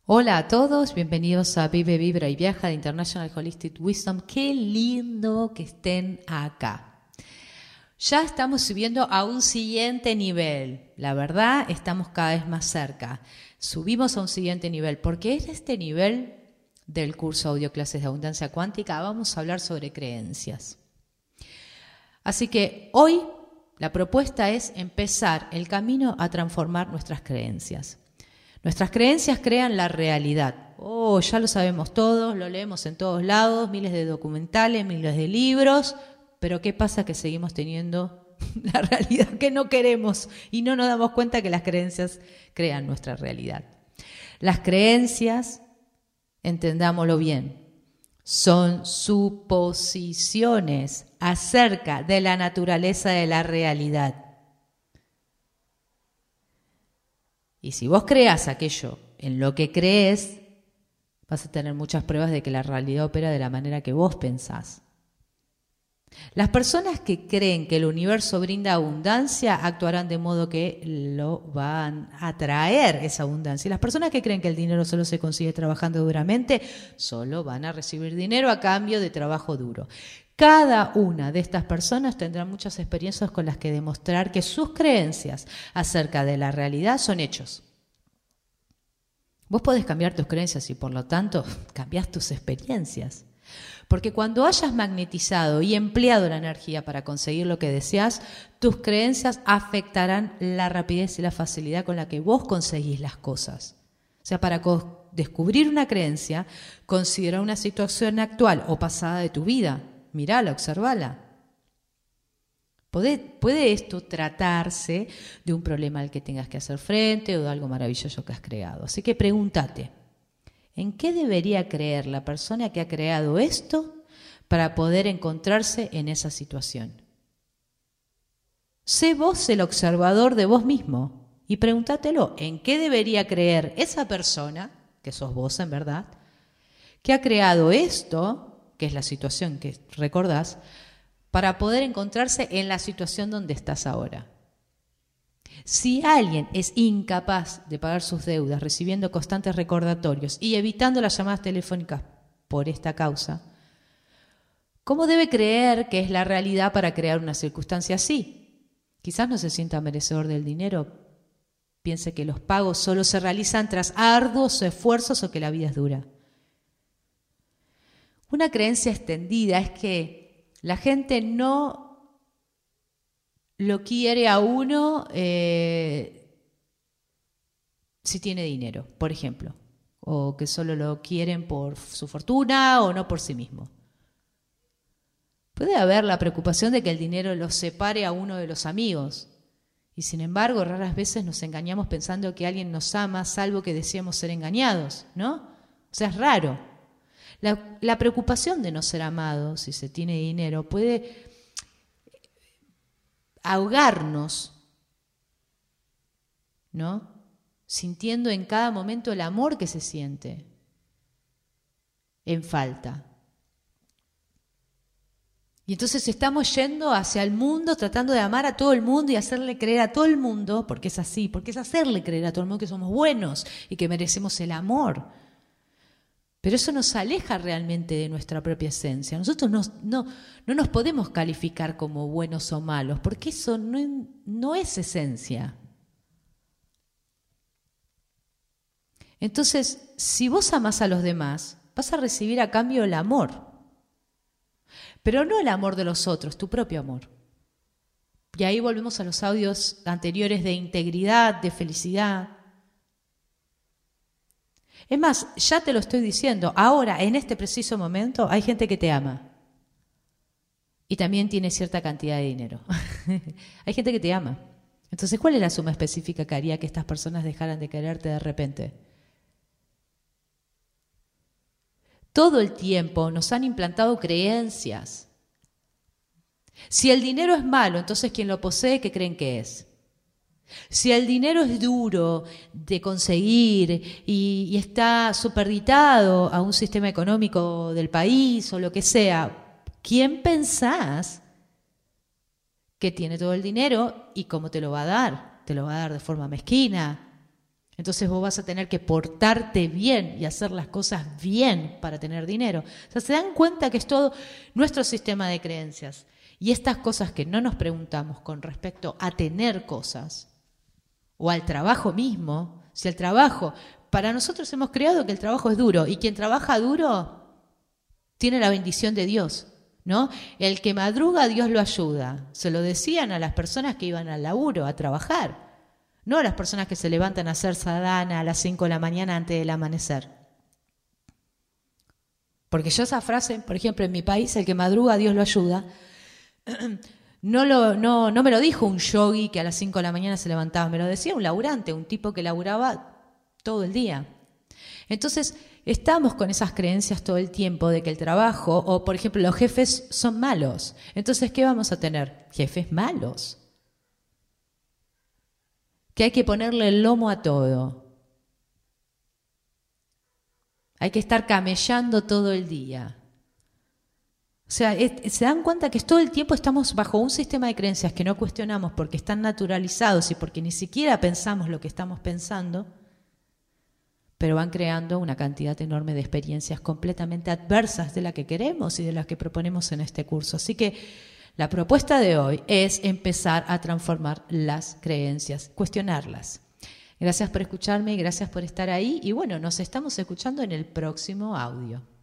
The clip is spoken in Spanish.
Hola a todos, bienvenidos a Vive, Vibra y Viaja de International Holistic Wisdom. Qué lindo que estén acá. Ya estamos subiendo a un siguiente nivel. La verdad, estamos cada vez más cerca. Subimos a un siguiente nivel, porque en este nivel del curso Audio Clases de Abundancia Cuántica vamos a hablar sobre creencias. Así que hoy la propuesta es empezar el camino a transformar nuestras creencias. Nuestras creencias crean la realidad. Ya lo sabemos todos, lo leemos en todos lados, miles de documentales, miles de libros, pero ¿qué pasa? Que seguimos teniendo la realidad que no queremos y no nos damos cuenta que las creencias crean nuestra realidad. Las creencias, entendámoslo bien, son suposiciones acerca de la naturaleza de la realidad. Y si vos creas aquello en lo que crees, vas a tener muchas pruebas de que la realidad opera de la manera que vos pensás. Las personas que creen que el universo brinda abundancia actuarán de modo que lo van a traer esa abundancia. Y las personas que creen que el dinero solo se consigue trabajando duramente, solo van a recibir dinero a cambio de trabajo duro. Cada una de estas personas tendrá muchas experiencias con las que demostrar que sus creencias acerca de la realidad son hechos. Vos podés cambiar tus creencias y por lo tanto cambiás tus experiencias. Porque cuando hayas magnetizado y empleado la energía para conseguir lo que deseas, tus creencias afectarán la rapidez y la facilidad con la que vos conseguís las cosas. O sea, para descubrir una creencia, considera una situación actual o pasada de tu vida. Mirala, observala. ¿Puede esto tratarse de un problema al que tengas que hacer frente o de algo maravilloso que has creado? Así que pregúntate, ¿en qué debería creer la persona que ha creado esto para poder encontrarse en esa situación? Sé vos el observador de vos mismo y pregúntatelo, ¿en qué debería creer esa persona, que sos vos en verdad, que ha creado esto, que es la situación que recordás, para poder encontrarse en la situación donde estás ahora? Si alguien es incapaz de pagar sus deudas, recibiendo constantes recordatorios y evitando las llamadas telefónicas por esta causa, ¿cómo debe creer que es la realidad para crear una circunstancia así? Quizás no se sienta merecedor del dinero, piense que los pagos solo se realizan tras arduos esfuerzos o que la vida es dura. Una creencia extendida es que la gente no lo quiere a uno si tiene dinero, por ejemplo, o que solo lo quieren por su fortuna o no por sí mismo. Puede haber la preocupación de que el dinero los separe a uno de los amigos, y sin embargo raras veces nos engañamos pensando que alguien nos ama, salvo que deseamos ser engañados, ¿no? O sea, es raro. La preocupación de no ser amado, si se tiene dinero, puede ahogarnos, ¿no? Sintiendo en cada momento el amor que se siente en falta. Y entonces estamos yendo hacia el mundo, tratando de amar a todo el mundo y hacerle creer a todo el mundo, porque es así, porque es hacerle creer a todo el mundo que somos buenos y que merecemos el amor. Pero eso nos aleja realmente de nuestra propia esencia. Nosotros no nos podemos calificar como buenos o malos, porque eso no es esencia. Entonces, si vos amás a los demás, vas a recibir a cambio el amor. Pero no el amor de los otros, tu propio amor. Y ahí volvemos a los audios anteriores de integridad, de felicidad. Es más, ya te lo estoy diciendo, ahora, en este preciso momento, hay gente que te ama. Y también tiene cierta cantidad de dinero. Hay gente que te ama. Entonces, ¿cuál es la suma específica que haría que estas personas dejaran de quererte de repente? Todo el tiempo nos han implantado creencias. Si el dinero es malo, entonces quien lo posee, ¿qué creen que es? Si el dinero es duro de conseguir y está superditado a un sistema económico del país o lo que sea, ¿quién pensás que tiene todo el dinero y cómo te lo va a dar? ¿Te lo va a dar de forma mezquina? Entonces vos vas a tener que portarte bien y hacer las cosas bien para tener dinero. O sea, se dan cuenta que es todo nuestro sistema de creencias. Y estas cosas que no nos preguntamos con respecto a tener cosas o al trabajo mismo, si el trabajo, para nosotros hemos creado que el trabajo es duro y quien trabaja duro tiene la bendición de Dios, ¿no? El que madruga, Dios lo ayuda. Se lo decían a las personas que iban al laburo, a trabajar. No a las personas que se levantan a hacer sadhana a las 5 de la mañana antes del amanecer. Porque yo esa frase, por ejemplo, en mi país, el que madruga, Dios lo ayuda, no me lo dijo un yogi que a las 5 de la mañana se levantaba, me lo decía un laburante, un tipo que laburaba todo el día. Entonces, estamos con esas creencias todo el tiempo de que el trabajo, o por ejemplo, los jefes son malos. Entonces, ¿qué vamos a tener? Jefes malos. Que hay que ponerle el lomo a todo. Hay que estar camellando todo el día. O sea, se dan cuenta que todo el tiempo estamos bajo un sistema de creencias que no cuestionamos porque están naturalizados y porque ni siquiera pensamos lo que estamos pensando, pero van creando una cantidad enorme de experiencias completamente adversas de la que queremos y de las que proponemos en este curso. Así que la propuesta de hoy es empezar a transformar las creencias, cuestionarlas. Gracias por escucharme y gracias por estar ahí. Y bueno, nos estamos escuchando en el próximo audio.